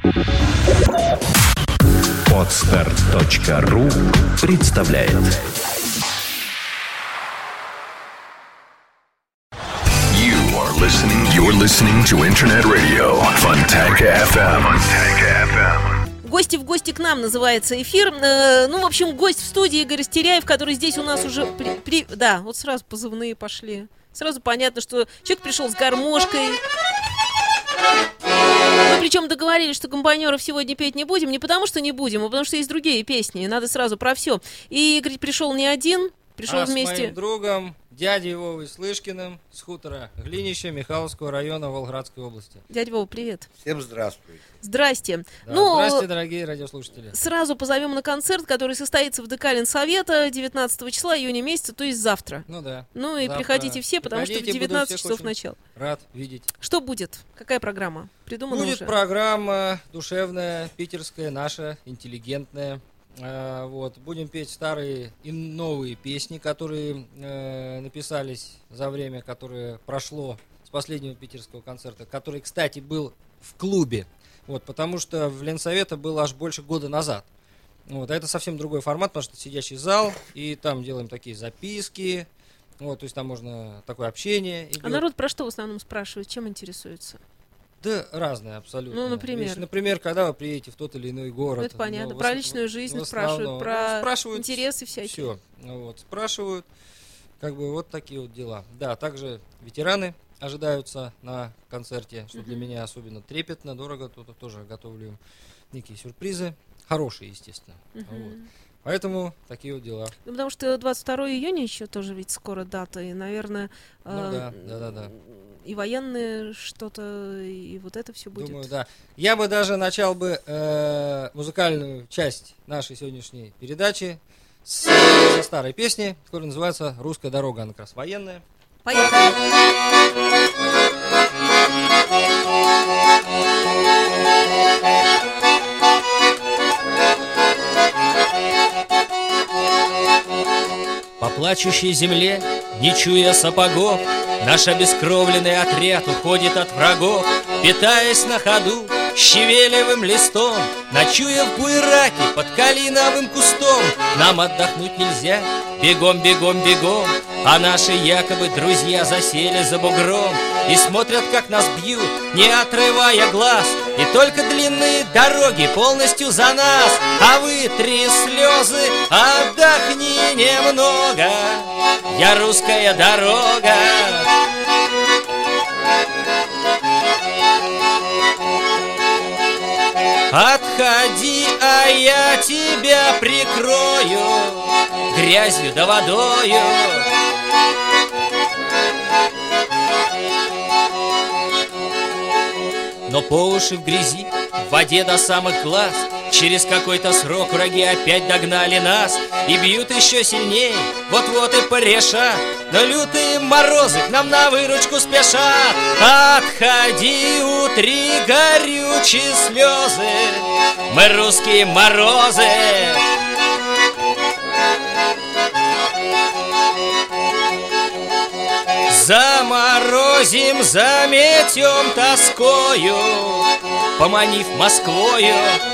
Podster.ru представляет. You're listening to Internet Radio Fontanka FM. «Гости в гости к нам» называется эфир. В общем, гость в студии Игорь Растеряев, который здесь у нас уже... Да, вот сразу позывные пошли. Сразу понятно, что человек пришел с гармошкой. Мы причем договорились, что «Комбайнеров» сегодня петь не будем. Не потому, что не будем, а потому, что есть другие песни. Надо сразу про все. И Игорь пришел не один, пришел вместе... с моим другом, дядей Вовой Слышкиным с хутора Глинища Михайловского района Волгоградской области. Дядя Вова, привет. Всем здравствуйте. Здрасте. Да, здрасте, дорогие радиослушатели. Сразу позовем на концерт, который состоится в ДК Ленсовета 19 числа июня месяца, то есть завтра. Ну да. Ну и завтра. Приходите все, потому что в 19 часов начала. Рад видеть. Что будет? Какая программа? Придумана будет уже? Программа душевная, питерская, наша, интеллигентная. Будем петь старые и новые песни, которые написались за время, которое прошло с последнего питерского концерта, который, кстати, был в клубе. Потому что в Ленсовета было аж больше года назад. А это совсем другой формат, потому что сидящий зал, и там делаем такие записки. То есть там можно такое общение идет. А народ про что в основном спрашивает? Чем интересуется? Да, разные абсолютно. Ну, например? Например, когда вы приедете в тот или иной город. Это понятно. Про личную жизнь спрашивают, спрашивают интересы всякие. Все, спрашивают. Вот такие вот дела. Да, также ветераны ожидаются на концерте, что для меня особенно трепетно, дорого. Тут тоже готовлю им некие сюрпризы. Хорошие, естественно. Поэтому такие вот дела. Потому что 22 июня еще тоже ведь скоро дата, и, наверное, да. И военные что-то, и вот это все будет. Думаю, да. Я бы даже начал бы музыкальную часть нашей сегодняшней передачи со старой песни, которая называется «Русская дорога». Она как раз военная. Поехали! По плачущей земле, не чуя сапогов, наш обескровленный отряд уходит от врагов, питаясь на ходу щавелевым листом, ночуя в буераке под калиновым кустом. Нам отдохнуть нельзя, бегом, бегом, бегом, а наши якобы друзья засели за бугром и смотрят, как нас бьют, не отрывая глаз. И только длинные дороги полностью за нас. А вытри слезы, отдохни немного, я русская дорога. Отходи, а я тебя прикрою грязью да водою. Но по уши в грязи, в воде до самых глаз, через какой-то срок враги опять догнали нас и бьют еще сильней, вот-вот и порешат. Но лютые морозы к нам на выручку спешат. Отходи, утри горючие слезы, мы русские морозы. Заморозим, заметем тоскою, поманив Москвою.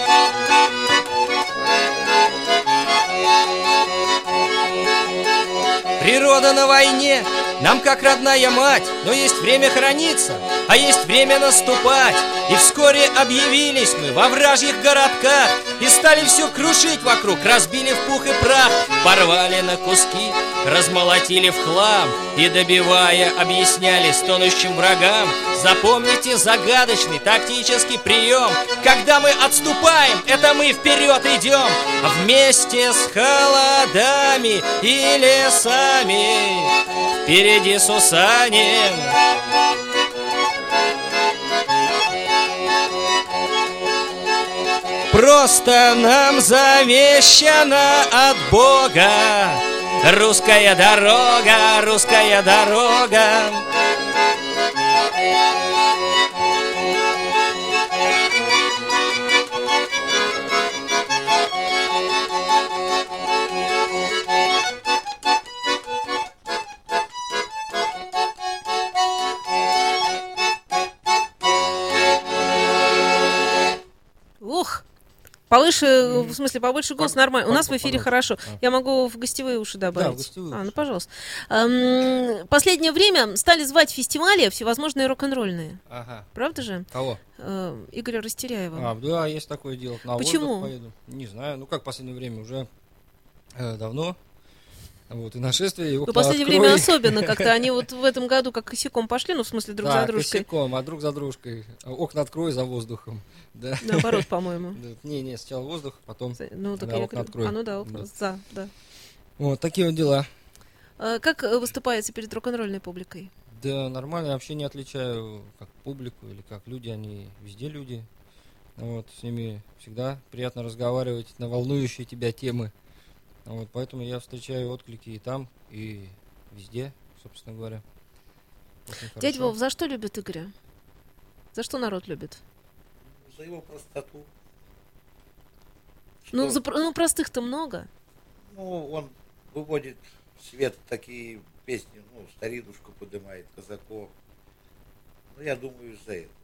Природа на войне нам как родная мать, но есть время хорониться, а есть время наступать. И вскоре объявились мы во вражьих городках и стали все крушить вокруг, разбили в пух и прах, порвали на куски, размолотили в хлам и, добивая, объясняли стонущим врагам: запомните загадочный тактический прием. Когда мы отступаем, это мы вперед идем, вместе с холодами и лесами, впереди Сусанин. Просто нам завещано от Бога русская дорога, русская дорога. Ох! Повыше, в смысле, побольше голос, нормально. У нас в эфире хорошо. Я могу в гостевые уши добавить. Да, в гостевые ну, уши. пожалуйста. Последнее время стали звать фестивали всевозможные рок-н-ролльные. Ага. Правда же? Кого? Игоря Растеряева. Да, есть такое дело. На Почему? воздух поеду. Не знаю, ну как в последнее время, уже давно. Вот, и нашествие, и окна В последнее открой. время особенно как-то. Они вот в этом году как косяком пошли, ну, в смысле, друг за дружкой. косяком, а друг за дружкой. Окна открой за воздухом. Да. Наоборот, по-моему. Не, сначала воздух, потом Ну, так да, я окна говорю. открой. Ну да, окна. Да. Вот, такие вот дела. Как выступается перед рок-н-ролльной публикой? Да, нормально, я вообще не отличаю как публику или как люди, они везде люди. Вот, с ними всегда приятно разговаривать на волнующие тебя темы. Вот, поэтому я встречаю отклики и там, и везде, собственно говоря. Очень Дядя хорошо. Вов, за что любит Игоря? За что народ любит? За его простоту. Ну, Что, простых-то много. ну, он выводит в свет такие песни, ну, старинушку поднимает, казаков. Ну, я думаю, из-за этого.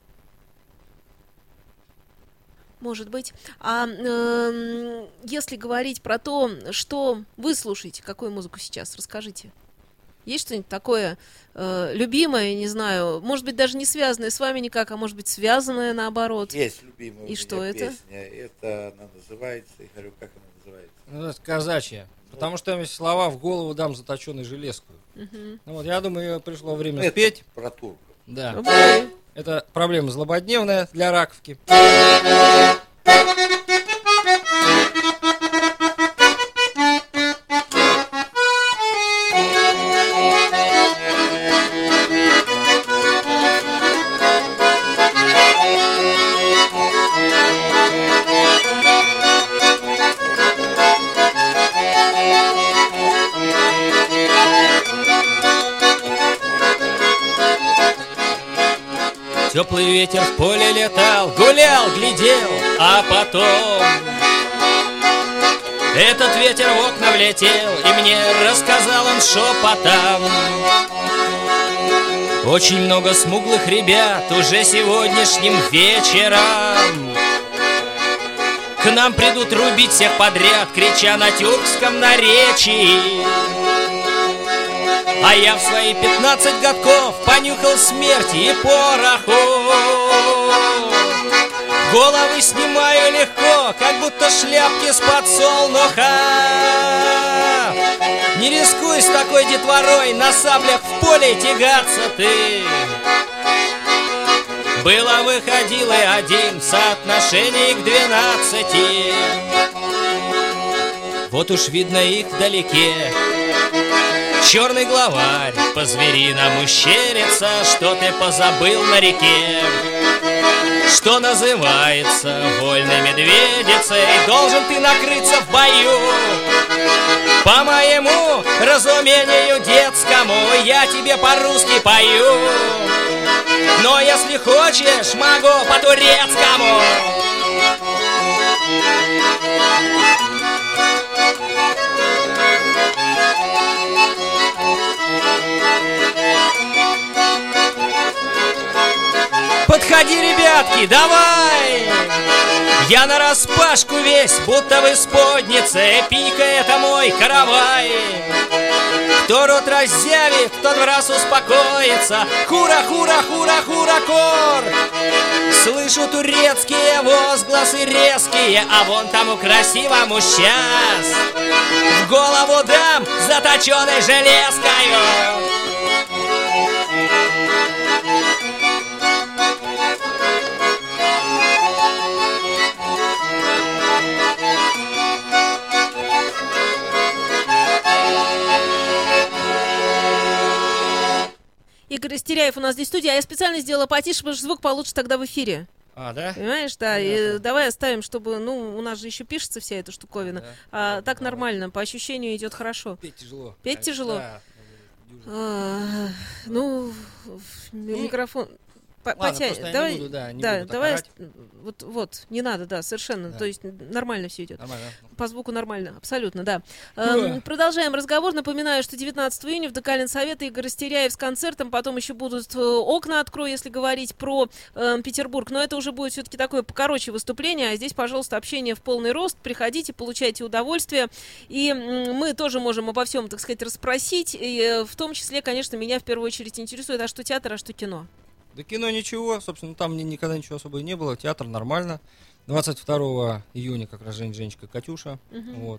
Может быть. А если говорить про то, что вы слушаете, какую музыку сейчас, расскажите. Есть что-нибудь такое любимое, не знаю, может быть, даже не связанное с вами никак, а может быть, связанное наоборот? Есть любимая у И меня что это? песня. Это она называется, я говорю, как она называется? Ну, это казачья. Потому что я слова в голову дам заточенной железкую. Мгм. Ну, вот, я думаю, пришло время Это спеть. про турков. Да. Обалдеть. Это проблема злободневная для раковки. Теплый ветер в поле летал, гулял, глядел, а потом этот ветер в окна влетел, и мне рассказал он шепотом. Очень много смуглых ребят уже сегодняшним вечером к нам придут рубить всех подряд, крича на тюркском наречии. А я в свои 15 годков понюхал смерти и пороху. Головы снимаю легко, как будто шляпки с подсолнуха. Не рискуй с такой детворой на саблях в поле тягаться ты. Было выходил и один в соотношении к 12. Вот уж видно их вдалеке. Черный главарь по-звериному щерится, что ты позабыл на реке. Что называется вольной медведицей, должен ты накрыться в бою. По моему разумению детскому я тебе по-русски пою. Но если хочешь, могу по-турецкому. Подходи, ребятки, давай! Я нараспашку весь, будто в исподнице, пика это мой каравай. Кто рот разъявит, тот в раз успокоится. Хура, хура, хура, хура, кор. Слышу турецкие возгласы резкие, а вон тому красивому сейчас в голову дам заточенной железкою. Игорь Растеряев у нас здесь в студии, а я специально сделала потише, потому что звук получше тогда в эфире. А, да? Понимаешь, да, и давай оставим, чтобы, ну, у нас же еще пишется вся эта штуковина, Да. а так нормально, по ощущению идет хорошо. Петь тяжело. Петь тяжело? Да. Ну, микрофон... Ладно, просто я не буду, да, не буду так давай, орать. вот, не надо, да, совершенно, Да. то есть нормально все идет. Нормально. По звуку нормально, абсолютно, да. Да. Продолжаем разговор. Напоминаю, что 19 июня в ДК Ленсовета Игорь Растеряев с концертом. Потом еще будут окна открою, если говорить про Петербург. Но это уже будет все-таки такое покороче выступление. А здесь, пожалуйста, общение в полный рост. Приходите, получайте удовольствие. И мы тоже можем обо всем, так сказать, расспросить. И в том числе, конечно, меня в первую очередь интересует, а что театр, а что кино. Да кино ничего, собственно, там никогда ничего особо не было. Театр нормально. 22 июня как раз Женечка Катюша. Вот.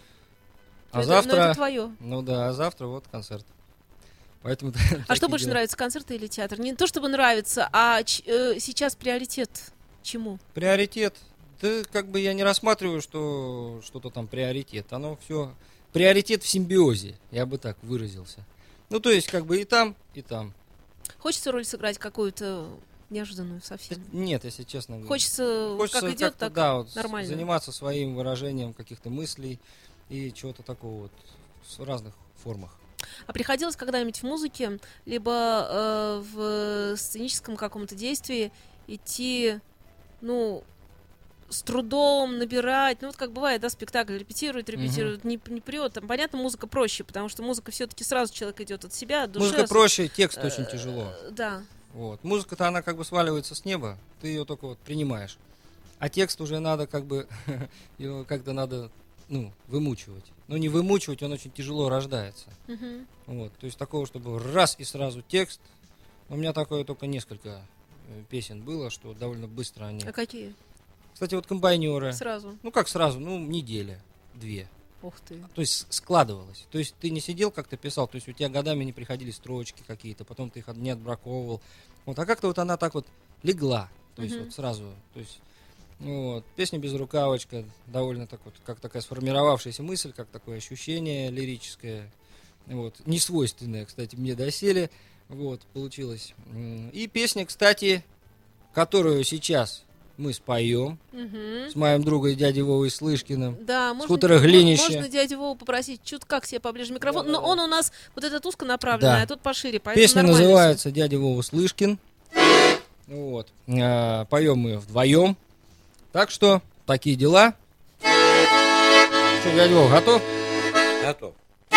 А завтра... это твое. Ну да, а завтра вот концерт. Поэтому А что больше нравится, концерты или театр? Не то чтобы нравится, а сейчас приоритет чему? Приоритет. Да как бы я не рассматриваю, что что-то там приоритет. Оно все... Приоритет в симбиозе, я бы так выразился. Ну то есть как бы и там, и там. Хочется роль сыграть какую-то неожиданную совсем? Нет, если честно. Хочется как идет, так да, вот нормально. Заниматься своим выражением каких-то мыслей и чего-то такого вот в разных формах. А приходилось когда-нибудь в музыке, либо в сценическом каком-то действии идти, ну, с трудом набирать, ну вот как бывает, да, спектакль репетирует, не прет, там, понятно, музыка проще, потому что музыка все-таки сразу человек идет от себя, от души. Музыка проще, текст очень тяжело. Да. Вот. Музыка-то она как бы сваливается с неба, ты ее только вот принимаешь. А текст уже надо как бы, его как-то надо, ну, вымучивать. Ну, не вымучивать, он очень тяжело рождается. Вот. То есть такого, чтобы раз и сразу текст. У меня такое только несколько песен было, что довольно быстро они... А какие? Кстати, вот комбайнеры. Сразу? Ну, как сразу? Ну, неделя, 2. Ух ты. То есть складывалось. То есть ты не сидел, как-то писал, то есть у тебя годами не приходили строчки какие-то, потом ты их не отбраковывал. Вот, а как-то вот она так вот легла. То есть вот сразу. То есть, вот, песня «Безрукавочка» довольно так вот, как такая сформировавшаяся мысль, как такое ощущение лирическое. Вот, несвойственное, кстати, мне доселе. Вот, получилось. И песня, кстати, которую сейчас мы споем с моим другом дядей Вовой Слышкиным. Да, с хутора Глинище. Можно дядю Вову попросить чутка к себе поближе микрофон. Да, но да. он у нас вот этот узко направленный, Да. а тут пошире. Поэтому Песня нормально называется «Дядя Вова Слышкин». Вот. Поем мы вдвоем. Так что такие дела. Что, дядя Вова, готов? Готов.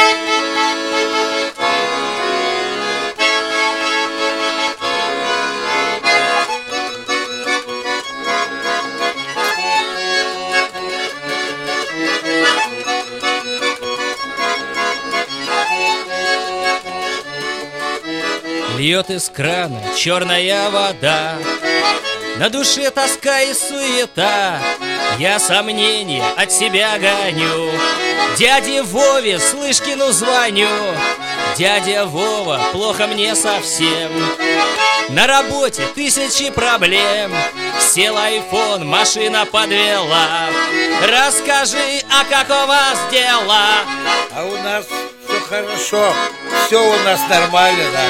Льет из крана черная вода, на душе тоска и суета. Я сомнения от себя гоню, дяде Вове Слышкину звоню. Дядя Вова, плохо мне совсем, на работе тысячи проблем. Сел айфон, машина подвела. Расскажи, а как у вас дела? А у нас все хорошо, все у нас нормально, да.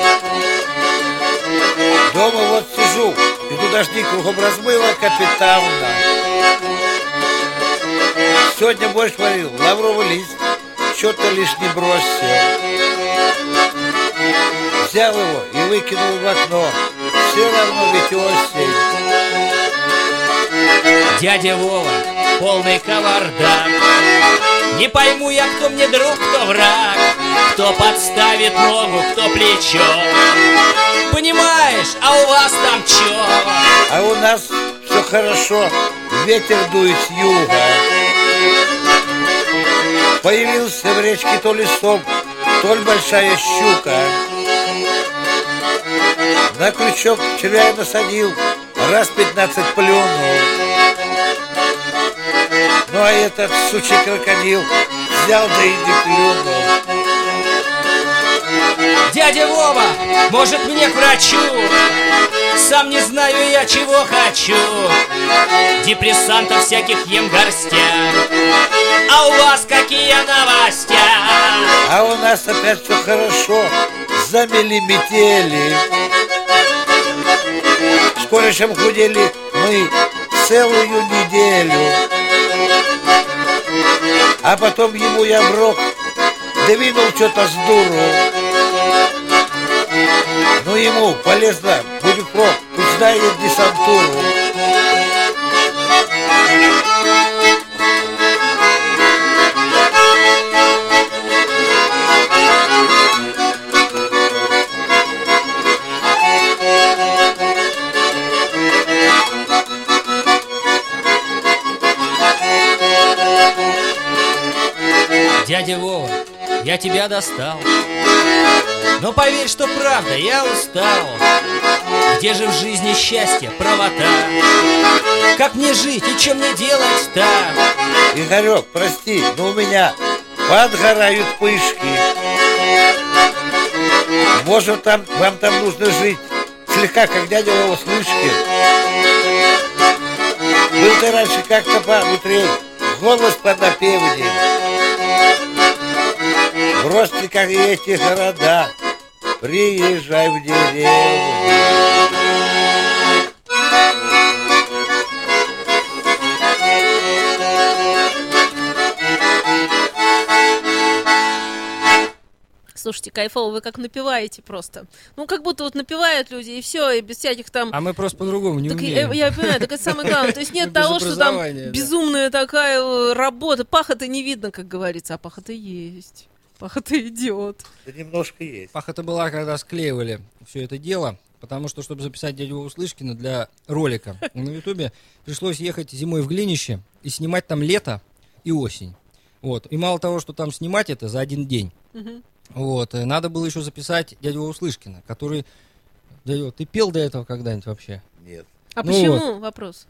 Дома вот сижу, иду дожди, кругом размыло капитально. Сегодня борщ варил, лавровый лист, что-то лишний бросил. Взял его и выкинул в окно, все равно ведь осень. Дядя Вова, полный кавардак. Не пойму я, кто мне друг, кто враг, кто подставит ногу, кто плечо. Понимаешь, а у вас там чё? А у нас все хорошо, ветер дует с юга. Появился в речке то ли соп, то ли большая щука. На крючок червя насадил, раз 15 плюнул. Ну а этот сучий крокодил взял да и не клюнул. Дядя Вова, может мне к врачу? Сам не знаю я, чего хочу. Депрессантов всяких ем горстя. А у вас какие новостя? А у нас опять все хорошо, замели метели. С корешем худели мы целую неделю. А потом ему я в рог двинул что-то с дуру. Ну, ему полезно будет проб, пусть знает десантуру. Дядя Вова, я тебя достал, но поверь, что правда, я устал. Где же в жизни счастье, правота? Как мне жить и чем мне делать-то? Игорек, прости, но у меня подгорают пышки. Может, вам там нужно жить слегка, как дядя Вова Слышкин. Был ты раньше как-то побутрей, голос поднапевней. Брось ты, как и эти города, приезжай в деревню. Слушайте, кайфово, вы как напеваете просто. Ну, как будто вот напевают люди, и все, и без всяких там... А мы просто по-другому не Так умеем. я понимаю, так это самое главное. То есть нет Без того, что там образования, да. безумная такая работа. Паха-то не видно, как говорится, а паха-то есть. Паха-то идет. Да немножко есть. Паха-то была, когда склеивали все это дело, потому что, чтобы записать дядю Вову Слышкина для ролика на Ютубе, пришлось ехать зимой в Глинище и снимать там лето и осень. Вот. И мало того, что там снимать это за один день, вот, надо было еще записать дядю Вову Слышкина, который... Дядя Вова, ты пел до этого когда-нибудь вообще? Нет. А Ну почему? Вопрос.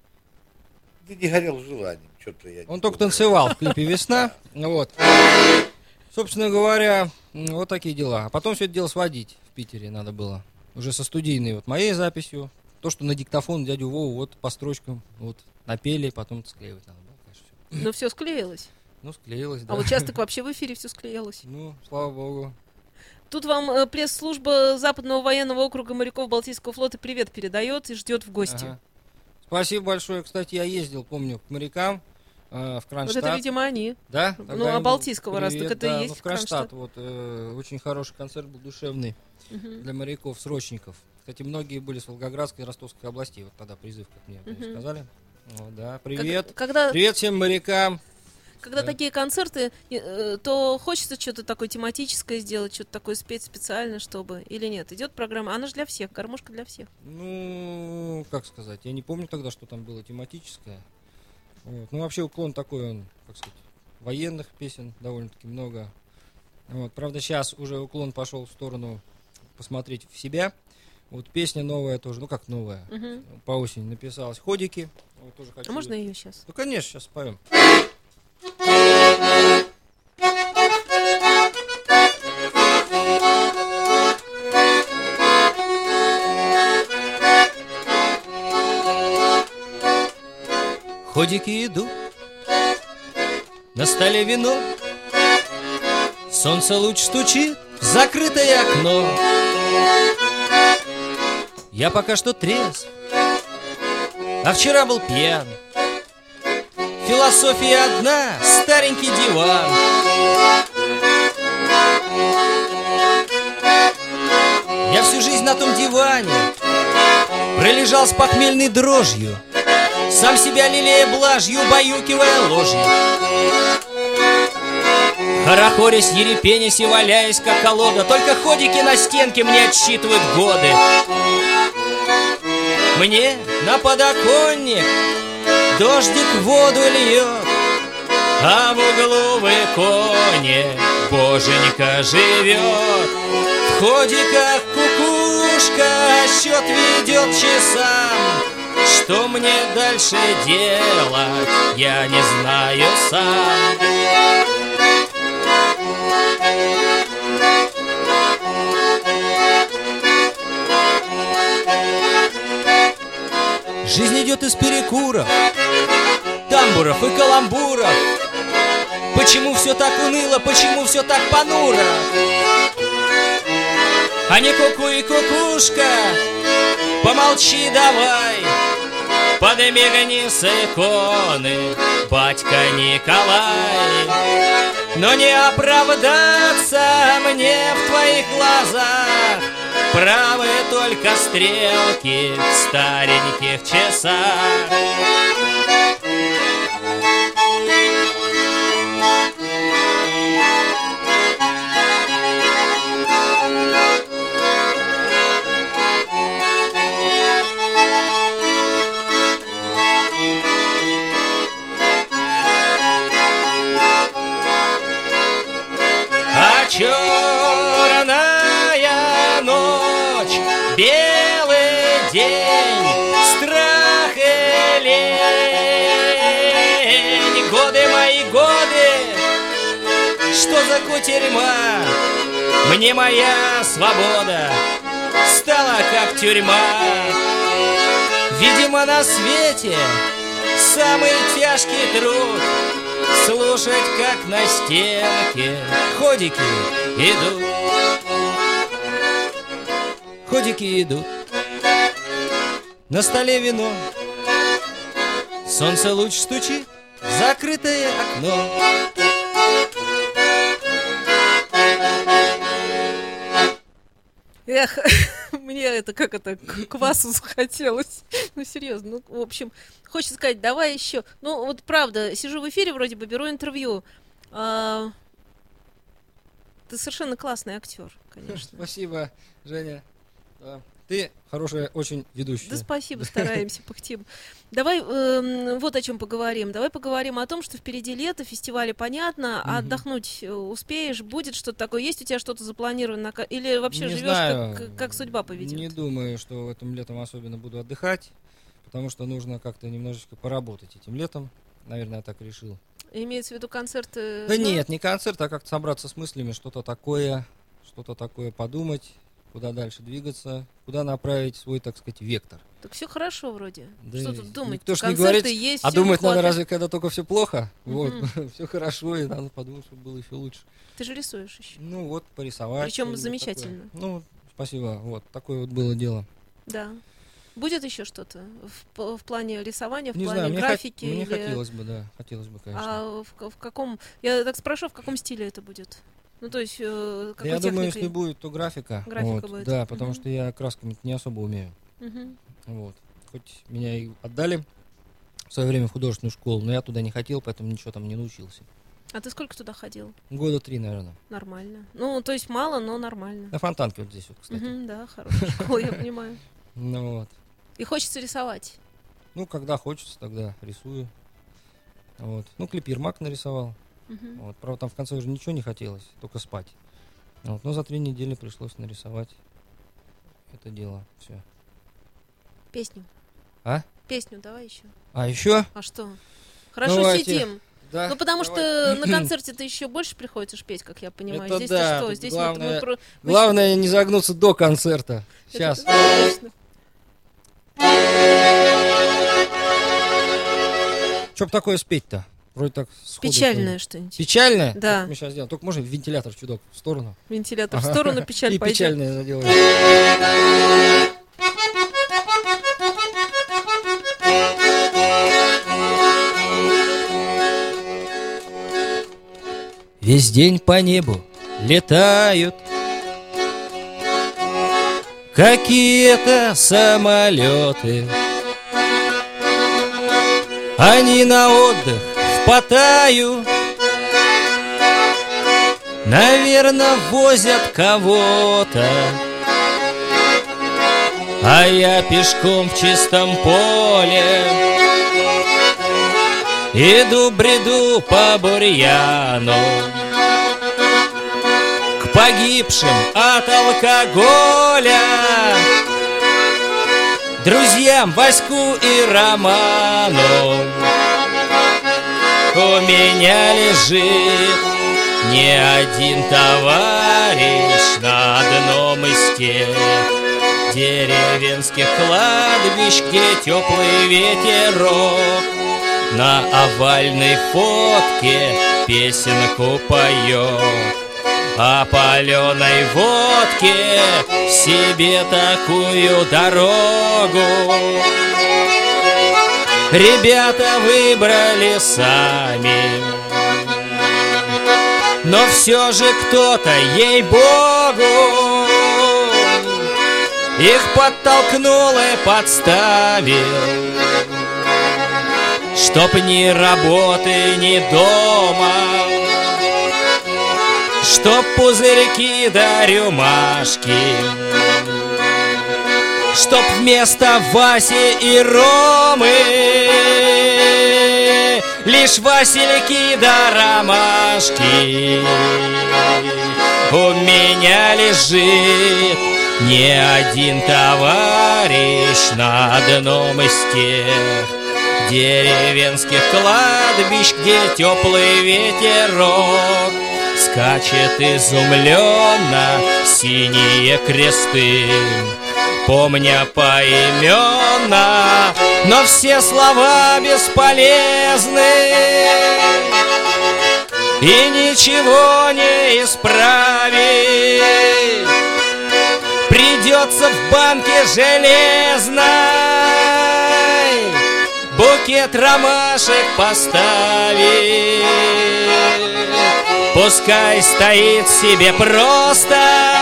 Ты не горел желанием, что-то я... Он только танцевал в клипе «Весна». Вот. Собственно говоря, вот такие дела. А потом все это дело сводить в Питере надо было. Уже со студийной вот моей записью. То, что на диктофон дядю Вову вот по строчкам вот напели, потом это склеивать надо было, конечно, всё. Ну, все склеилось. Ну, склеилось, да. А вот сейчас так вообще в эфире все склеилось. Ну, слава богу. Тут вам пресс-служба Западного военного округа моряков Балтийского флота привет передает и ждет в гости. Ага. Спасибо большое. Кстати, я ездил, помню, к морякам в Вот Кронштадт. это, видимо, они. Да? Ну, Тогда а им Балтийского раз, привет, так это и да. есть Ну, в Кронштадт. Кронштадт. Вот, очень хороший концерт был, душевный, для моряков, срочников. Кстати, многие были с Волгоградской и Ростовской областей. Вот тогда призыв, как мне сказали. Вот, да. Привет. Когда Привет всем морякам. Когда такие концерты, то хочется что-то такое тематическое сделать, что-то такое спеть специально, чтобы... Или нет? Идет программа, она же для всех, гармошка для всех. Ну, как сказать, я не помню тогда, что там было тематическое. Вот. Ну, вообще уклон такой, он, как сказать, военных песен довольно-таки много. Вот. Правда, сейчас уже уклон пошел в сторону посмотреть в себя. Вот песня новая тоже, ну как новая, по осени написалась «Ходики». Вот, тоже хочу... А можно ее сейчас? Ну, конечно, сейчас споем. Ходики идут, на столе вино, солнце луч стучит в закрытое окно. Я пока что трезв, а вчера был пьян. Философия одна, старенький диван. Я всю жизнь на том диване пролежал с похмельной дрожью, сам себя лелея блажью, баюкивая ложью. Хорохорясь, ерепенясь и валяясь, как колода, только ходики на стенке мне отсчитывают годы. Мне на подоконник дождик воду льет, а в углу в иконе боженька живет. В ходиках кукушка счет ведет часам. Что мне дальше делать, я не знаю сам. Жизнь идет из перекуров, тамбуров и каламбуров. Почему все так уныло, почему все так понуро? А не куку и кукушка, помолчи давай, подмигни с иконы, батька Николай. Но не оправдаться мне в твоих глазах, правы только стрелки в стареньких часах. Черная ночь, белый день, страх и лень. Годы мои, годы, что за кутерьма? Мне моя свобода стала как тюрьма. Видимо, на свете самый тяжкий труд слушать, как на стенке ходики идут. Ходики идут. На столе вино, солнце луч стучит в закрытое окно. Эх, мне это, как это, квасу захотелось. Ну, серьезно, ну, в общем, хочется сказать, давай еще. Ну, вот правда, сижу в эфире, вроде бы, беру интервью. Ты совершенно классный актер, конечно. Спасибо, Женя. Да. Ты хорошая очень ведущая. Да спасибо, стараемся, пыхтим. Давай вот о чем поговорим. Давай поговорим о том, что впереди лето, фестивали понятно, а отдохнуть успеешь, будет что-то такое? Есть у тебя что-то запланировано? Или вообще Не живешь, знаю. как судьба поведет? Не думаю, что этим летом особенно буду отдыхать, потому что нужно как-то немножечко поработать этим летом. Наверное, я так решил. Имеется в виду концерты? Да нет, не концерт, а как-то собраться с мыслями, что-то такое подумать, куда дальше двигаться, куда направить свой, так сказать, вектор. Так все хорошо вроде. Да Что тут думать? никто ж не Концерты говорит, есть, а всем думать надо хватает. разве когда только все плохо? Вот, все хорошо, и надо подумать, чтобы было еще лучше. Ты же рисуешь еще. Ну вот, порисовать. Причем что-нибудь замечательно. такое. Ну, спасибо, вот, такое вот было дело. Да. Будет еще что-то в плане рисования, в Не плане знаю, графики? мне или- хотелось бы, да, конечно. А в каком... Я так спрошу, в каком стиле это будет? Ну, то есть, Да какой я думаю, техникой? если будет, то графика. Графика вот, будет. Да, потому Мгм. что я красками не особо умею. Мгм. Вот. Хоть меня и отдали в свое время в художественную школу, но я туда не хотел, поэтому ничего там не научился. А ты сколько туда ходил? 3 года, наверное. Нормально. Ну, то есть мало, но нормально. На Фонтанке вот здесь вот, кстати. Мгм, да, хорошая школа, я понимаю. Ну вот. И хочется рисовать. Ну, когда хочется, тогда рисую. Вот. Ну, клипирмак нарисовал. Мгм. Вот. Правда, там в конце уже ничего не хотелось, только спать. Вот. Но за 3 недели пришлось нарисовать это дело. Все. Песню. А? Песню давай еще. А еще? А что? Хорошо Давайте. сидим. Да. Ну, потому что на концерте ты еще больше приходишь петь, как я понимаю. Это Здесь да, ты что? тут Здесь главное- мы Главное не загнуться до концерта. Сейчас. Точно. Что бы такое спеть-то? Вроде так сходу. Печальное что-нибудь. Печальное? Да. Так мы сейчас сделаем. Только можно вентилятор чудок в сторону. Вентилятор в Ага. сторону, печаль И пойдет. печальное заделаем. Весь день по небу летают какие-то самолеты. Они на отдых в Паттайю, наверное, возят кого-то. А я пешком в чистом поле иду, бреду по бурьяну к погибшим от алкоголя друзьям Ваську и Роману. У меня лежит не один товарищ на одном из тех деревенских кладбищ, где теплый ветерок на овальной фотке песенку поет. О паленой водке себе такую дорогу ребята выбрали сами. Но все же кто-то, ей-богу, их подтолкнул и подставил, чтоб ни работы, ни дома, чтоб пузырьки да рюмашки, чтоб вместо Васи и Ромы лишь васильки да ромашки. У меня лежит не один товарищ на одном из тех деревенских кладбищ, где теплый ветерок скачет изумленно синие кресты, помня поименно, но все слова бесполезны, и ничего не исправить. Придется в банке железной букет ромашек поставить. Пускай стоит себе просто,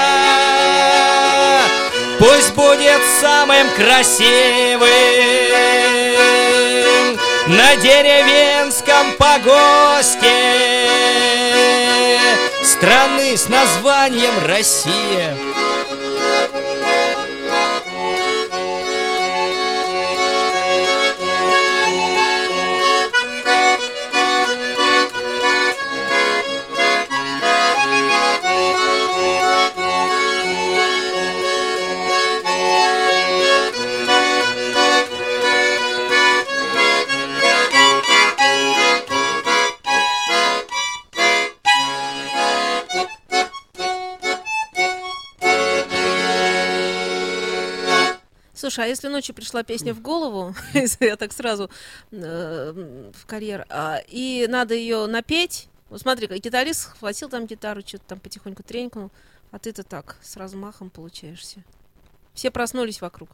пусть будет самым красивым на деревенском погосте страны с названием Россия. Слушай, а если ночью пришла песня в голову, я так сразу в карьер, и надо ее напеть, вот смотри, гитарист схватил там гитару, что-то там потихоньку тренькнул, а ты-то так, с размахом получаешься. Все проснулись вокруг.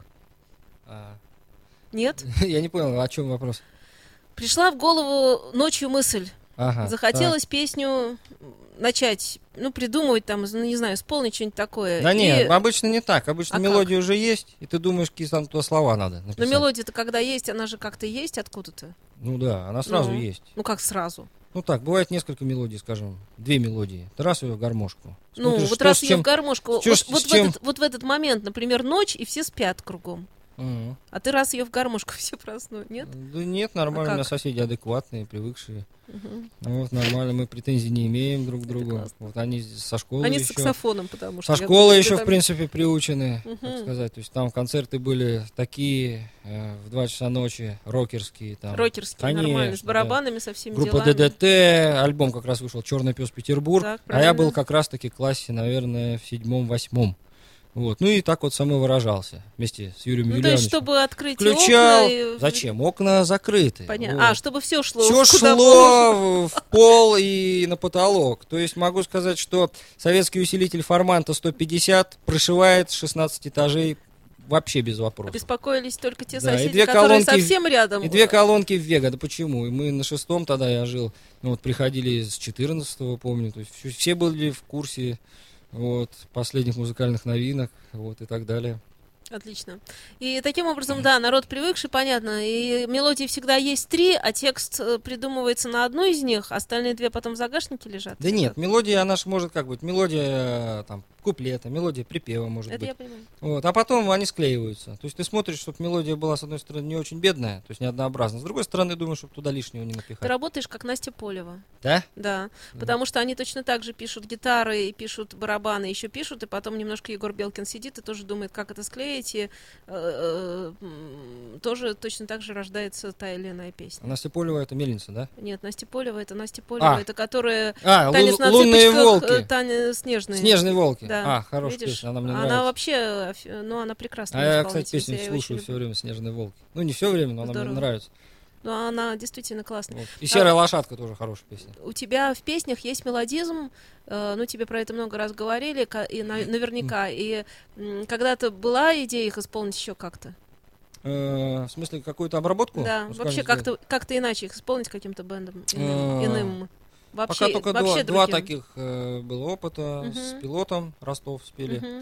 Нет? Я не понял, о чем вопрос. Пришла в голову ночью мысль. Ага, Захотелось песню начать, придумывать там, не знаю, исполнить что-нибудь такое. Да нет, обычно не так. Обычно А мелодия уже есть, и ты думаешь, какие там туда слова надо написать. Но мелодия-то когда есть, она же как-то есть откуда-то. Ну да, она сразу есть. Ну как сразу? Ну так, бывает несколько мелодий, скажем, 2 мелодии. Ты раз ее в гармошку. Ну, Смотришь, вот что раз с ее чем- в гармошку, что с чем- вот в этот момент, например, ночь, и все спят кругом. Мгм. А ты раз ее в гармошку, все проснули, нет? Да нет, нормально, А у меня как? соседи адекватные, привыкшие. Мгм. Вот, нормально, мы претензий не имеем друг к Это другу. классно. Вот они со школы Они с еще. саксофоном, потому что... Со я школы думаю, еще, ты в там- принципе, приучены, так Мгм. сказать. То есть там концерты были такие, в 2 часа ночи, рокерские. Там. Рокерские, нормально, с Конечно, да. барабанами, со всеми Группа делами. ДДТ, альбом как раз вышел «Черный пес Петербург», Так, а я был правильно. как раз-таки в классе, наверное, в 7-8. Вот. Ну и так вот самовыражался вместе с Юрием Ну, то Юлиановичем. есть, чтобы открыть Включал. окна... и- Зачем? Окна закрыты. Понятно. Вот. А, чтобы все шло. Все куда шло в пол и на потолок. То есть могу сказать, что советский усилитель форманта 150 прошивает 16 этажей вообще без вопросов. Беспокоились только те Да, и соседи, 2 которые колонки в- совсем рядом. И 2 колонки в Вега. Да почему? И мы на 6-м тогда я жил. Ну вот приходили с 14-го, помню. То есть все были в курсе вот, последних музыкальных новинок вот, и так далее. Отлично. И таким образом, да, народ привыкший, понятно. И мелодии всегда есть 3, а текст придумывается на одну из них, остальные 2 потом в загашнике лежат. Да нет, мелодия, она ж может как быть, мелодия там куплета, мелодия припева может Это быть. я понимаю. Вот, а потом они склеиваются. То есть ты смотришь, чтобы мелодия была, с одной стороны, не очень бедная, то есть не однообразная, с другой стороны, думаешь, чтобы туда лишнего не Ты напихать. работаешь как Настя Полева. Да? Да, потому что они точно так же пишут гитары и пишут барабаны, еще пишут, и потом немножко Егор Белкин сидит и тоже думает, как это склеить, и тоже точно так же рождается та или иная песня. А Настя Полева — это мельница, да? Нет, Настя Полева, это которая танец на лунные цыпочках, волки. танец снежный. Снежные волки. Да. А, хорошая Видишь? песня, она мне Она нравится. вообще, она прекрасная А я, исполнительница, кстати, песню я её слушаю очень все люблю. время «Снежные волки». Ну, не все время, но она Здорово. мне нравится. Но она действительно классная. Вот. И «Серая лошадка» тоже хорошая песня. У тебя в песнях есть мелодизм, тебе про это много раз говорили, и наверняка. И когда-то была идея их исполнить еще как-то? В смысле, какую-то обработку? Да, Ну, вообще скажем, как-то иначе их исполнить каким-то бэндом А, иным. Пока только вообще два другим. таких было опыта. Мгм. С пилотом Ростов спели. Мгм.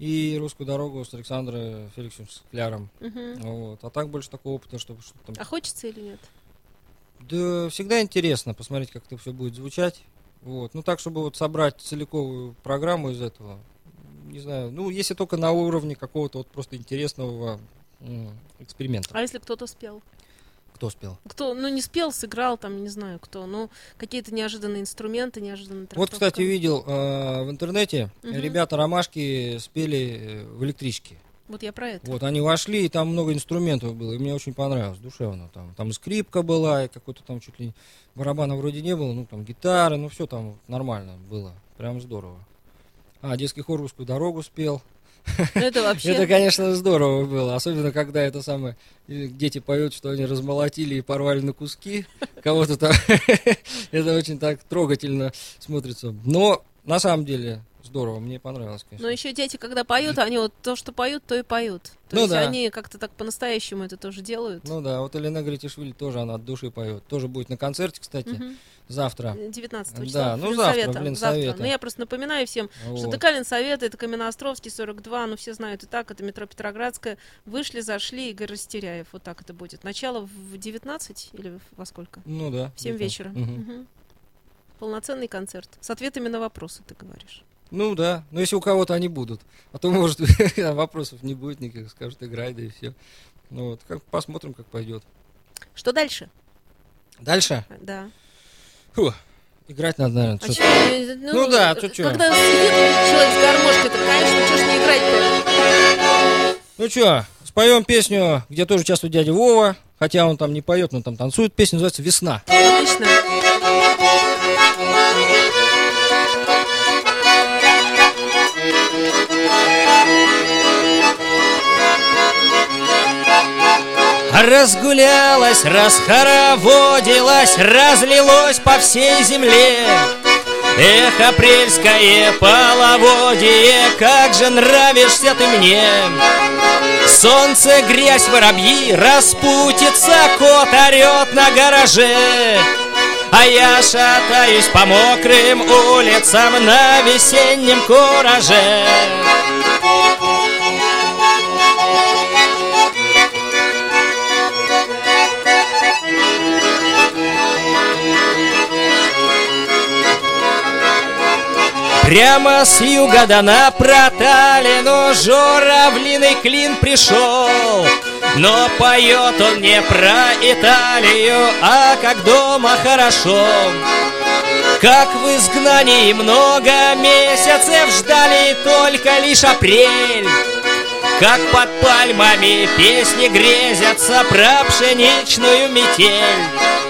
и «Русскую дорогу» с Александром Феликсовичем Скляром. Мгм. Вот. А так больше такого опыта, чтобы что-то там... А хочется или нет? Да, всегда интересно посмотреть, как это все будет звучать. Вот. Ну, так, чтобы вот собрать целиковую программу из этого, не знаю, ну, если только на уровне какого-то вот просто интересного эксперимента. А если кто-то спел? Кто спел? Кто, ну, не спел, сыграл, там, не знаю кто, ну, какие-то неожиданные инструменты, неожиданные Вот, трактовка. кстати, видел в интернете, Мгм. ребята «Ромашки» спели в электричке. Вот я про это. Вот, они вошли, и там много инструментов было, и мне очень понравилось, душевно. Там и скрипка была, и какой-то там чуть ли барабана вроде не было, ну, там гитары, ну, все там нормально было, прям здорово. А, детский хор «Русскую дорогу» спел. Ну, это вообще... Это, конечно, здорово было, особенно когда это самое, дети поют, что они размолотили и порвали на куски кого-то там. Это очень так трогательно смотрится. Но, на самом деле, здорово, мне понравилось, конечно. Но еще дети, когда поют, они вот то, что поют, то и поют. То Ну есть да. они как-то так по-настоящему это тоже делают. Ну да, вот Елена Гритишвили тоже, она от души поет. Тоже будет на концерте, кстати, Мгм. завтра. 19 числа. Да, ну Ленсовета, завтра в Ленсовете. Но я просто напоминаю всем, что Вот. ДК Ленсовета, это Каменноостровский, 42, ну все знают и так, это метро Петроградская. Вышли, зашли, Игорь Растеряев. Вот так это будет. Начало в 19 или во сколько? Ну да. В 7 где-то. вечера. Мгм. Мгм. Полноценный концерт. С ответами на вопросы, ты говоришь. Ну да, но если у кого-то они будут. А то, может, вопросов не будет никаких, скажут, играй, да и все. Ну вот, посмотрим, как пойдет. Что дальше? Дальше? Да. Фу, играть надо, наверное. А что-то. чё, Ну да, чё. Когда сидит человек с гармошкой, то, конечно, что ж не играть-то? Ну что, споем песню, где тоже участвует дядя Вова. Хотя он там не поет, но там танцует. Песня называется «Весна». Отлично. Разгулялась, расхороводилась, разлилось по всей земле. Эх, апрельское половодье, как же нравишься ты мне. Солнце, грязь, воробьи, распутится, кот орет на гараже. А я шатаюсь по мокрым улицам на весеннем кураже. Прямо с юга до на проталину журавлиный клин пришел. Но поет он не про Италию, а как дома хорошо. Как в изгнании много месяцев ждали только лишь апрель. Как под пальмами песни грезятся про пшеничную метель.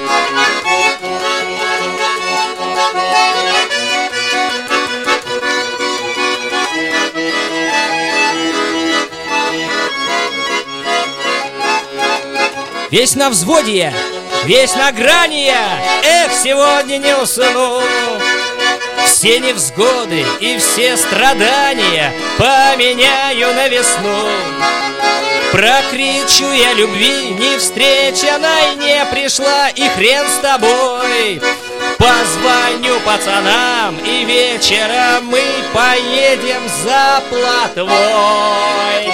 Весь на взводе я, весь на грани я, эх, сегодня не усну. Все невзгоды и все страдания поменяю на весну. Прокричу я любви не встреченной, не пришла, и хрен с тобой. Позвоню пацанам, и вечером мы поедем за плотвой.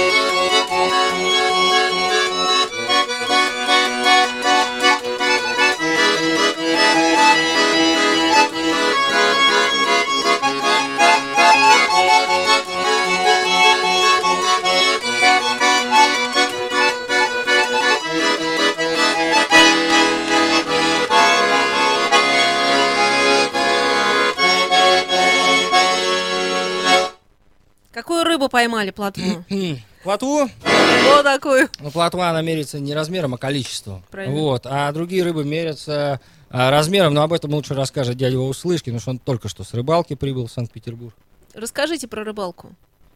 Какую рыбу поймали, плотву? Плотву? Вот такую. Ну, плотва, она меряется не размером, а количеством. Правильно. Вот. А другие рыбы мерятся размером, но об этом лучше расскажет дядя Вова Слышкин, потому что он только что с рыбалки прибыл в Санкт-Петербург. Расскажите про рыбалку.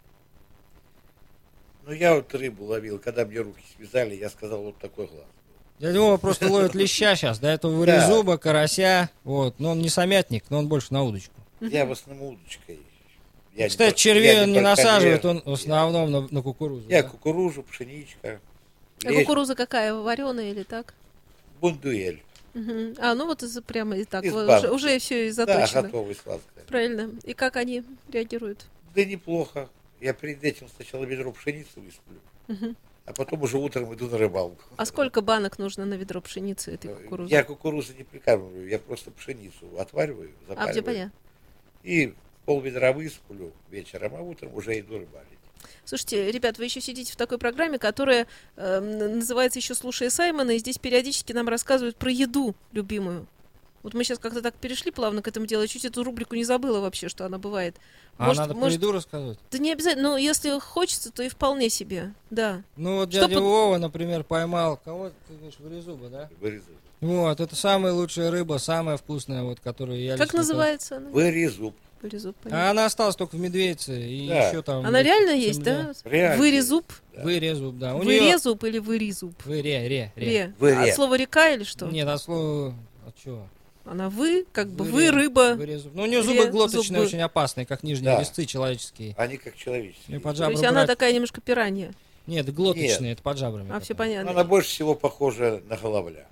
Ну, я вот рыбу ловил, когда мне руки связали, я сказал, вот такой глаз. Дядя Вова просто ловит леща сейчас, до этого вырезуба, карася, вот. Но он не самятник, но он больше на удочку. Я в основном удочкой. Я Кстати, не червей он не насаживает, браконьер. он в основном на кукурузу. Я да? кукурузу, пшеничка, А лещ, кукуруза какая, вареная или так? бундуэль. Мгм. А, ну вот прямо и так, Из вот банки. уже все и Да, заточено. готовый сладкая. Правильно. И как они реагируют? Да неплохо. Я перед этим сначала ведро пшеницы высплю, Мгм. а потом уже утром иду на рыбалку. А сколько банок нужно на ведро пшеницы этой кукурузы? Я кукурузу не прикармливаю, я просто пшеницу отвариваю, А где запариваю. понятно? И пол-ведра высплю вечером, а утром уже иду рыбалить. Слушайте, ребят, вы еще сидите в такой программе, которая называется еще «Слушая Саймона», и здесь периодически нам рассказывают про еду любимую. Вот мы сейчас как-то так перешли плавно к этому делу, я чуть эту рубрику не забыла вообще, что она бывает. А надо про еду рассказывать? Да не обязательно, но если хочется, то и вполне себе, да. Ну вот Что дядя Вова, например, поймал, кого ты говоришь, вырезуба, да? Вырезу. Вот, это самая лучшая рыба, самая вкусная, вот, которую я Как лично называется она? Вырезу. Вырезуб, А понятно. она осталась только в Медведице и Да. еще там. Она вот реально в есть, земле. да? Реально. Вырезуб? Да. Вырезуб, да. У нее... Вырезуб или вырезуб? Ре. Ре. Выре. От слова река или что? Нет, от слова... От чего? Она вы, как бы Выре, вы, рыба. вырезуб. Ну, у нее зубы Ре, глоточные зубы. очень опасные, как нижние Да. резцы человеческие. Они как человеческие. И под То есть жабры она брать- такая немножко пиранья. Нет, глоточные, это под жабрами. А, все такая. понятно. Она больше всего похожа на головля.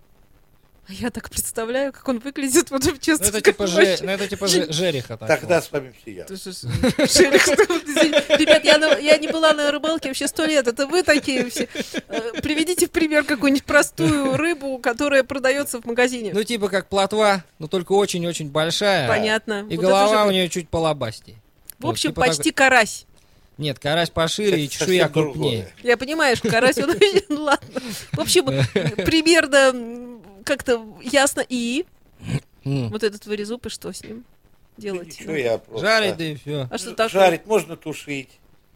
Я так представляю, как он выглядит, вот Ну, честно. это как типа, вообще. жереха. такого. Тогда с вами все ясно. Ты что, Шерик, ребят, я не была на рыбалке вообще 100 лет. Это вы такие все. Приведите в пример какую-нибудь простую рыбу, которая продается в магазине. Ну, типа как плотва, но только очень-очень большая. Понятно. И Вот голова это у же, нее чуть полобастей. в общем, типа почти карась. Нет, карась пошире и Это чешуя совсем крупнее. другое. Я понимаю, что карась, он очень... Ладно. В общем, примерно как-то ясно. И М. вот этот вырезуб, и что с ним делать? Ничего, я просто... Жарить, да и все. А что такое? Жарить можно тушить,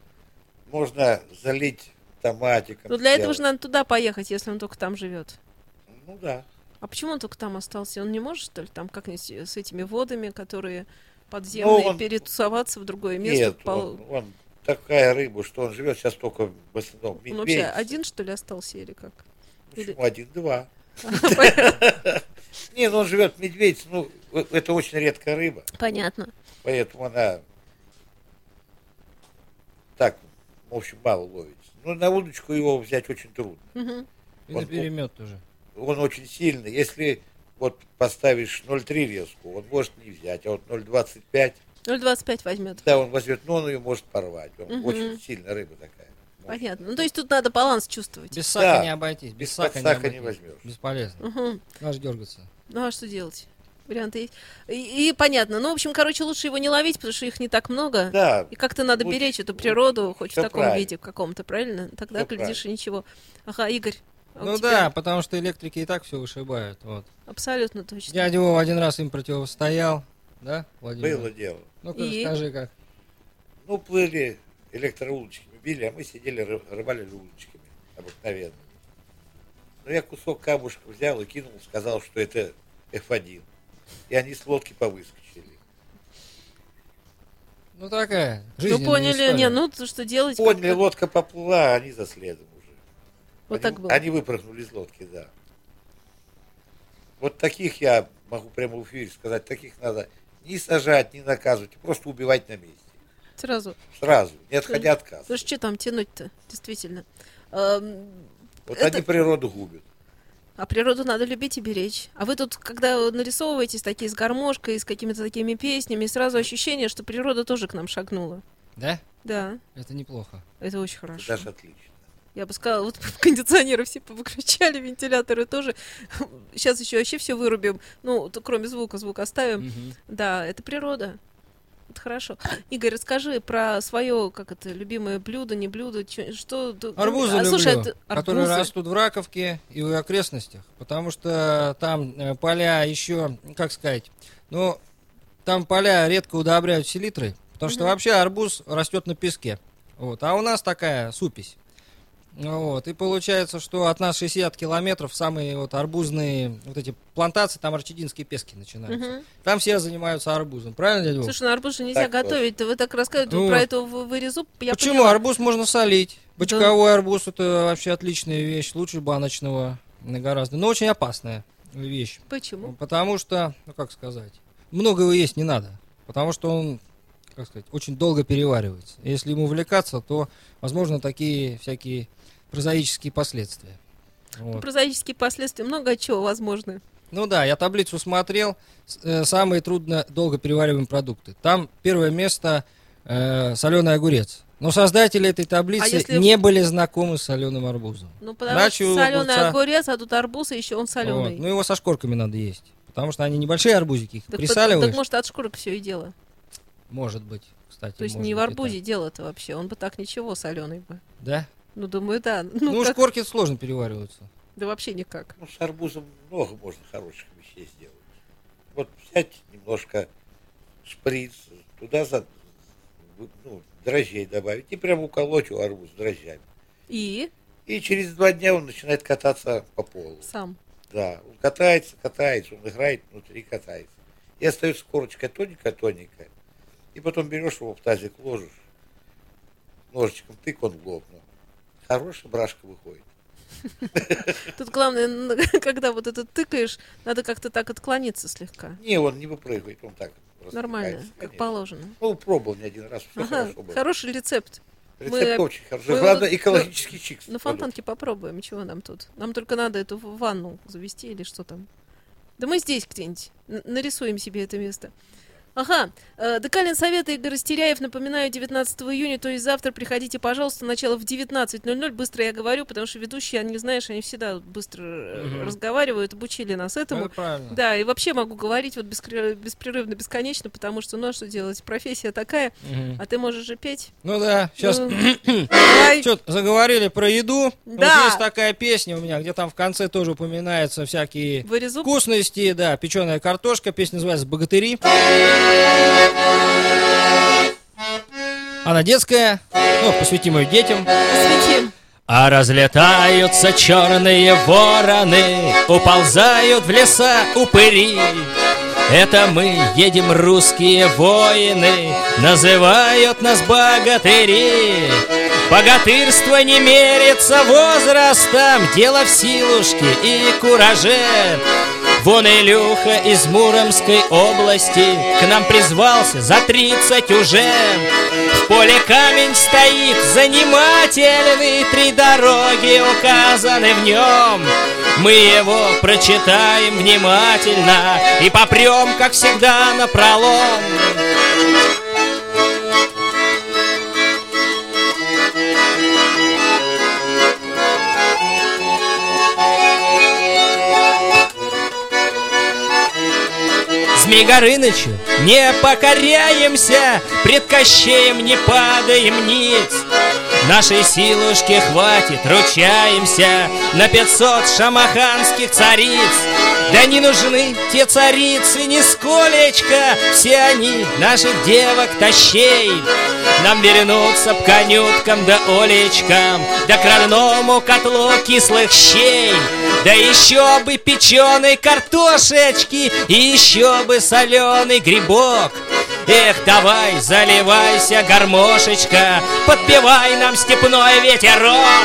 можно залить томатиком. Ну, для этого сделать. же надо туда поехать, если он только там живет. Ну да. А почему он только там остался? Он не может, что ли, там как-нибудь с этими водами, которые подземные, Ну, он- перетусоваться в другое место? Нет, он такая рыба, что он живет сейчас только в основном Он вообще медведь. один, что ли, остался или как? или- Почему один-два? Не, ну он живет в медведь, ну это очень редкая рыба, Понятно. поэтому она так, в общем, мало ловится. Ну на удочку его взять очень трудно. Мгм. И на Он- перемет тоже. Он очень сильный. Если вот поставишь 0,3 резку, он может не взять, а вот 0,25, 0,25 возьмет. да, он возьмет, но он ее может порвать. Он Мгм. очень сильная рыба такая. Понятно. Ну, то есть тут надо баланс чувствовать. Без сака Да. не обойтись. Без Без сака, подсака не обойтись. возьмешь. Бесполезно. Мгм. Надо дергаться. Ну, а что делать? Варианты есть. И понятно. Ну, в общем, короче, лучше его не ловить, потому что их не так много. Да, И как-то надо лучше- беречь эту природу, хоть в всё таком правильно. виде каком-то, правильно? Тогда, Всё глядишь, и ничего. Ага, Игорь. а у Ну тебя да, потому что электрики и так все вышибают. Вот. Абсолютно точно. Дядя Вова один раз им противостоял. Да, Владимир? было дело. Ну-ка, И? расскажи как. Ну, плыли, электроудочками били, а мы сидели, рыбалили удочками обыкновенными. Ну, я кусок камушка взял и кинул, сказал, что это F1. И они с лодки повыскочили. Ну такая, Ну, жизненная поняли, история. не, ну, что делать? Поняли, как-то? лодка поплыла, а они за следом уже. Вот они, так было. Они выпрыгнули из лодки, да. Вот таких я могу прямо в эфире сказать, таких надо не сажать, не наказывать, просто убивать на месте. Сразу. Сразу, не отходя от кассы. Слушай, что там тянуть-то, действительно. Вот это- они природу губят. А природу надо любить и беречь. А вы тут, когда нарисовываетесь такие с гармошкой, с какими-то такими песнями, сразу ощущение, что природа тоже к нам шагнула. Да? Да, Это неплохо. это очень Это хорошо. даже отлично. Я бы сказала, вот кондиционеры все повыключали, вентиляторы тоже. Сейчас еще вообще все вырубим. Ну, кроме звука, звук оставим. Мгм. Да, это природа. Это хорошо. Игорь, расскажи про свое, как это, любимое блюдо, не блюдо, что... Арбузы люблю, слушай, это которые арбузы. растут в Раковке и в окрестностях, потому что там поля еще, как сказать, ну, там поля редко удобряют селитрой, потому что Мгм. вообще арбуз растет на песке, вот, а у нас такая супесь. Вот, и получается, что от нас 60 километров самые вот арбузные вот эти плантации, там арчединские пески начинаются. Мгм. Там все занимаются арбузом, правильно, дядя Вов? Слушай, ну арбуз же нельзя Так готовить. Вы так рассказываете Ну, про эту вырезу. Я Почему? поняла. Арбуз можно солить. Бочковой арбуз это вообще отличная вещь, лучше баночного гораздо. Но очень опасная вещь. Почему? Потому что, ну как сказать, много его есть не надо. Потому что он, как сказать, очень долго переваривается. Если ему увлекаться, то, возможно, такие всякие прозаические последствия. Вот. Прозаические последствия много от чего возможны. Ну да, я таблицу смотрел. Самые трудно долго перевариваемые продукты. Там первое место соленый огурец. Но создатели этой таблицы если- не были знакомы с соленым арбузом. Ну, потому Иначе что у соленый огурца- огурец, а тут арбуз, и еще он Вот. соленый. Ну, его со шкорками надо есть. Потому что они небольшие арбузики, их Так присаливаешь. может, от шкурок все и дело. Может быть, кстати. То есть может не в быть и арбузе дело-то вообще. Он бы так ничего соленый бы. так. Да? Ну, думаю, да. Ну, как- шкорки сложно перевариваются. Да вообще никак. Ну, с арбузом много можно хороших вещей сделать. Вот взять немножко шприц, туда дрожжей добавить и прямо уколоть у арбуз дрожжами. И И через 2 дня он начинает кататься по полу. сам. Да, он катается, он играет внутри, катается. И остается корочка тоненькая-тоненькая. И потом берешь его в тазик, ложишь, ножичком тык, он лопнул. Хорошая брашка выходит. Тут главное, когда вот это тыкаешь, надо как-то так отклониться слегка. Не, он не выпрыгивает, он так Нормально, растекается, как конечно. положено. Ну, пробовал не один раз, все Ага, хорошо было. хороший рецепт. Рецепт Мы- очень хороший. мы Главное, вот экологический чикс. На фонтанке попробуем, чего нам тут. Нам только надо эту ванну завести или что там. Да мы здесь где-нибудь нарисуем себе это место. Ага, Декалин Совета Игорь Растеряев, напоминаю, 19 июня, то есть завтра приходите, пожалуйста, начало в 19:00. Быстро я говорю, потому что ведущие, они, знаешь, они всегда быстро разговаривают, обучили нас Ну, этому. это правильно. Да, и вообще могу говорить вот беспрерывно, бесконечно, потому что, ну а что делать, профессия такая, Мгм. а ты можешь же петь. Ну да, сейчас Ну, давай. что-то заговорили про еду. Да. Вот есть такая песня у меня, где там в конце тоже упоминаются всякие Вырезу. вкусности, да, печеная картошка, песня называется «Богатыри». Она детская, ну, посвятим ее детям. Посвятим. А разлетаются черные вороны, уползают в леса упыри. Это мы едем, русские воины, называют нас богатыри. Богатырство не мерится возрастом, дело в силушке и кураже. Вон Илюха из Муромской области к нам призвался за 30 уже. В поле камень стоит занимательный, 3 дороги указаны в нем. Мы его прочитаем внимательно и попрем, как всегда, напролом. Змей Горынычу не покоряемся, пред Кощеем не падаем ниц. Нашей силушки хватит, ручаемся, на 500 шамаханских цариц. Да не нужны те царицы нисколечко, все они наших девок тащей. Нам вернуться б конюткам да олечкам, да к родному котлу кислых щей. Да еще бы печеной картошечки, и еще бы соленый грибок. Эх, давай, заливайся, гармошечка, подпевай нам степной ветерок.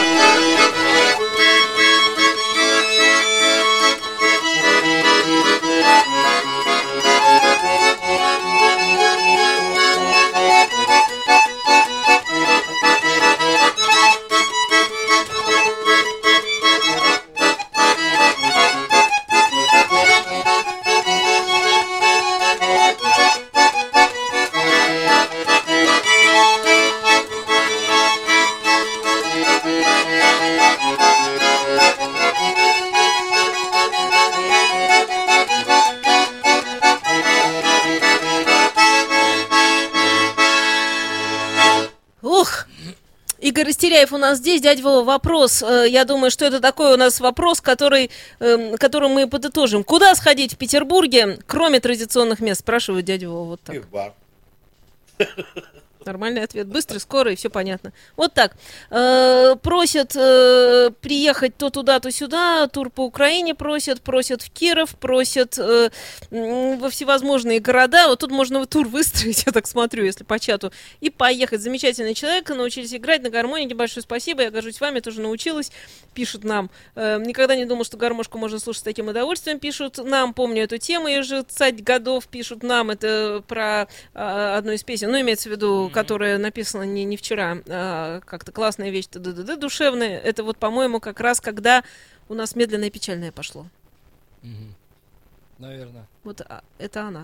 Ух! Игорь Растеряев у нас здесь. Дядя Вова, вопрос. Я думаю, что это такой у нас вопрос, который мы подытожим. Куда сходить в Петербурге, кроме традиционных мест? Спрашивает дядя Вова вот И так. в бар. Нормальный ответ. Быстрый, скорый, все понятно. Вот так. Просят приехать то туда, то сюда. Тур по Украине просят в Киров, просят во всевозможные города. Вот тут можно тур выстроить, я так смотрю, если по чату, и поехать. Замечательный человек, научились играть на гармонике. Большое спасибо, я горжусь вами, тоже научилась. Пишут нам. Никогда не думал, что гармошку можно слушать с таким удовольствием. Пишут нам, помню эту тему, я же цать годов. Пишут нам, это про одну из песен, ну, имеется в виду, которая написана не вчера, а как-то классная вещь, душевная. Это вот, по-моему, как раз когда у нас медленное и печальное пошло. Наверное. Вот это она.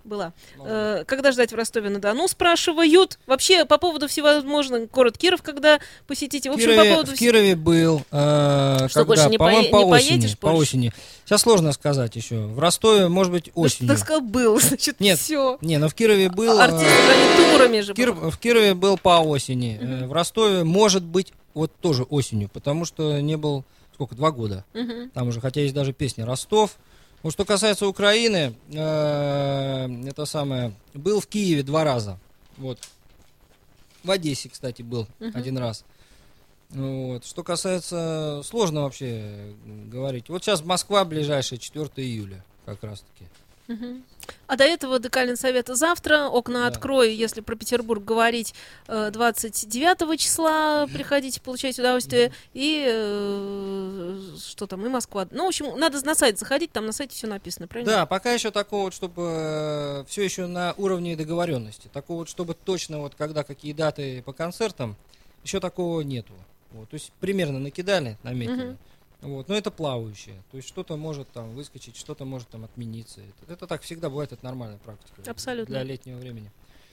Была. Когда ждать в Ростове-на-Дону, спрашивают. Вообще, по поводу всевозможных, город Киров, когда посетите. В общем, по поводу... В Кирове был, Что, больше не по-моему, по поедешь по осени. Сейчас сложно сказать еще. В Ростове, может быть, осенью. Так сказал, был, значит, Нет, все. Не, но в Кирове был... Артисты гарнитурами же. В Кирове был по осени. В Ростове, может быть, вот тоже осенью, потому что не был, 2 года. Там уже, хотя есть даже песня «Ростов». Вот что касается Украины, это самое, был в Киеве 2 раза. Вот. В Одессе, кстати, был 1 раз. Вот. Что касается, сложно вообще говорить. Вот сейчас Москва ближайшая, 4 июля, как раз таки. А до этого Декальный совет завтра. Окна открою, если про Петербург говорить, 29 числа приходите, получайте удовольствие. И что там, и Москва. Ну, в общем, надо на сайт заходить, там на сайте все написано, правильно? Да, пока еще такого, чтобы все еще на уровне договоренности. Такого, чтобы точно, вот когда какие даты по концертам, еще такого нету. Вот, то есть примерно накидали, наметили. Вот, но это плавающее. То есть что-то может там выскочить, что-то может там отмениться. Это так всегда бывает, это нормальная практика. Абсолютно. Для летнего времени.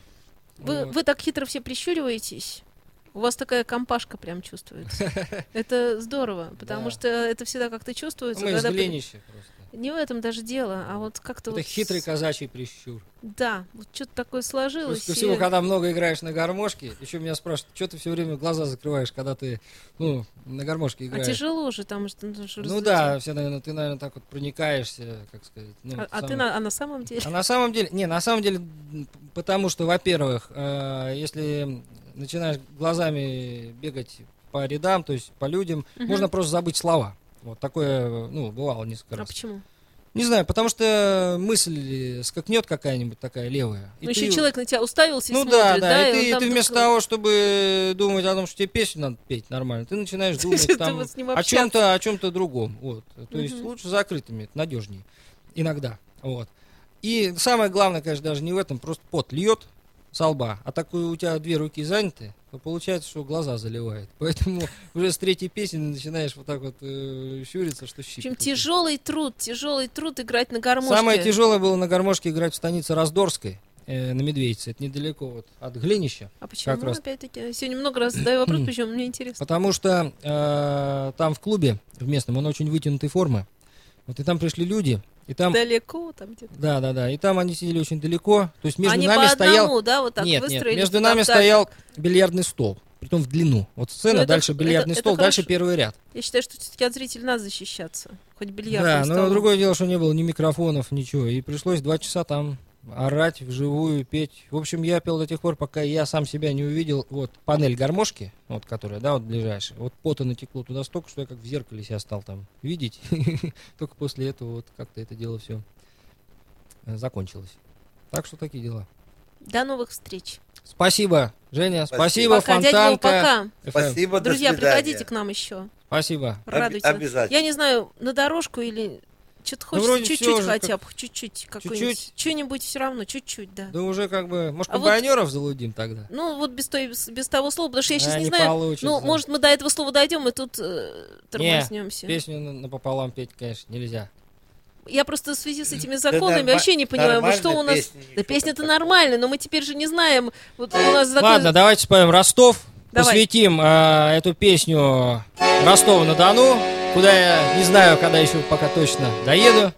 Вы так хитро все прищуриваетесь. У вас такая компашка прям чувствуется. Это здорово, потому что это всегда как-то чувствуется. Мы из Глинища просто. Не в этом даже дело, а вот как-то это вот... хитрый казачий прищур. Да, вот что-то такое сложилось. Плюс ко всему, когда много играешь на гармошке, еще меня спрашивают, что ты все время глаза закрываешь, когда ты, на гармошке играешь. А тяжело же там, что... да, все, наверное, ты, так вот проникаешься, как сказать. А на самом деле? А на самом деле, на самом деле, потому что, во-первых, если начинаешь глазами бегать по рядам, то есть по людям, можно просто забыть слова. Вот такое, бывало несколько раз. А почему? Не знаю, потому что мысль скакнет какая-нибудь такая левая. Ну, еще человек на тебя уставился и смотрит, да, и ты вместо того, чтобы думать о том, что тебе песню надо петь нормально, ты начинаешь думать там о чем-то другом. Вот. То есть лучше закрытыми, это надежнее. Иногда. Вот. И самое главное, конечно, даже не в этом, просто пот льет со лба, а так у тебя 2 руки заняты, то получается, что глаза заливает. Поэтому уже с 3-й песни начинаешь вот так вот щуриться, что щипит. В общем, тяжелый труд играть на гармошке. Самое тяжелое было на гармошке играть в станице Раздорской, на Медведице. Это недалеко вот от Глинища. А почему, опять-таки? Сегодня много раз задаю вопрос, почему мне интересно. Потому что там в клубе, в местном, он очень вытянутой формы. Вот и там пришли люди, и там... Далеко там где-то? Да, и там они сидели очень далеко. То есть между они нами по одному, стоял... да, вот так выстроились? Между нами стоял бильярдный стол, притом в длину. Вот сцена, дальше бильярдный стол, дальше первый ряд. Я считаю, что все-таки от зрителей надо защищаться, хоть бильярдным столом. столом. Но другое дело, что не было ни микрофонов, ничего. И пришлось 2 часа там орать вживую, петь. В общем, я пел до тех пор, пока я сам себя не увидел. Вот панель гармошки, вот которая, да, вот ближайшая. Вот пота натекло туда столько, что я как в зеркале себя стал там видеть. Только после этого вот как-то это дело все закончилось. Так что такие дела. До новых встреч. Спасибо, Женя. Спасибо, пока, Фонтанка. Пока. Спасибо, друзья, приходите к нам еще. Спасибо. Радуйтесь. Обязательно. Я не знаю, на дорожку или... Что-то хочется чуть-чуть хотя бы, чуть-чуть, какой-нибудь, что-нибудь все равно, чуть-чуть, да. Да уже как бы, может, комбайнеров залудим тогда? Ну, вот без того слова, потому что я сейчас не знаю, получится. ну, может, мы до этого слова дойдем, и тут тормознемся. Песню напополам петь, конечно, нельзя. Я просто в связи с этими законами вообще не понимаю, что у нас... Да песня-то нормальная, но мы теперь же не знаем. Вот у нас Ладно, давайте споем «Ростов». Посвятим эту песню Ростову-на-Дону, куда я не знаю, когда еще пока точно доеду.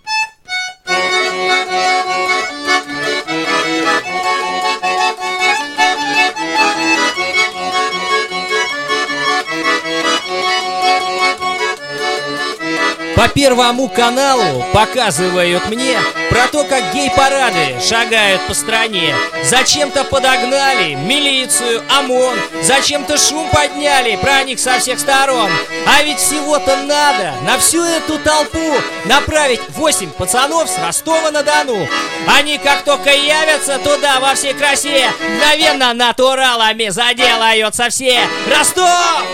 По Первому каналу показывают мне про то, как гей-парады шагают по стране. Зачем-то подогнали милицию, ОМОН, зачем-то шум подняли про них со всех сторон. А ведь всего-то надо на всю эту толпу направить 8 пацанов с Ростова-на-Дону. Они как только явятся туда во всей красе, мгновенно натуралами заделаются все. Ростов!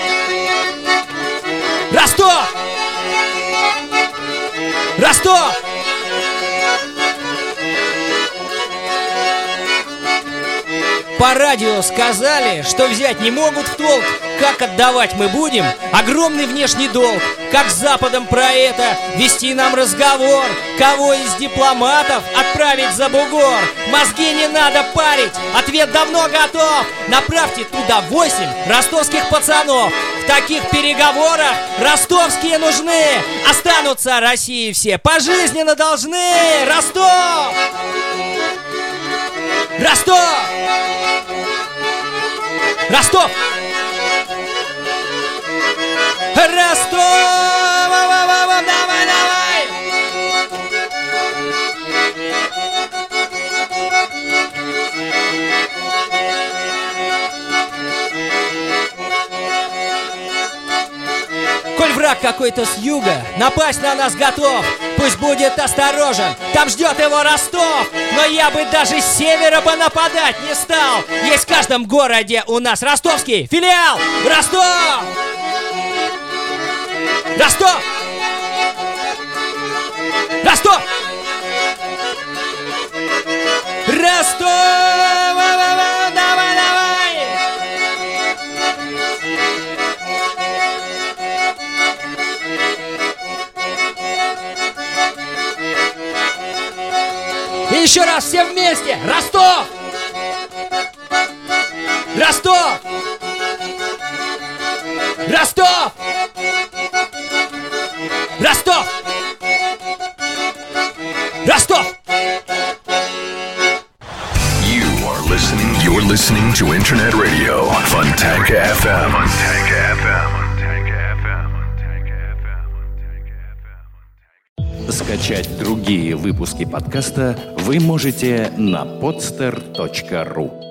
Ростов! Ростов! по радио сказали, что взять не могут в толк. Как отдавать мы будем? Огромный внешний долг. Как с Западом про это вести нам разговор? Кого из дипломатов отправить за бугор? Мозги не надо парить, ответ давно готов. Направьте туда 8 ростовских пацанов. В таких переговорах ростовские нужны. Останутся России все пожизненно должны. Ростов! Ростов! Ростов! Ростов! Давай, давай! Коль враг какой-то с юга напасть на нас готов, пусть будет осторожен, там ждет его Ростов. Но я бы даже с севера бы нападать не стал. Есть в каждом городе у нас ростовский филиал. Ростов! Ростов! Ростов! Ростов! Давай, давай! И еще раз все вместе! Ростов! Ростов! Ростов! Ростов! Ростов! You're listening to Internet Radio, Fontanka FM. Скачать другие выпуски подкаста вы можете на podster.ru.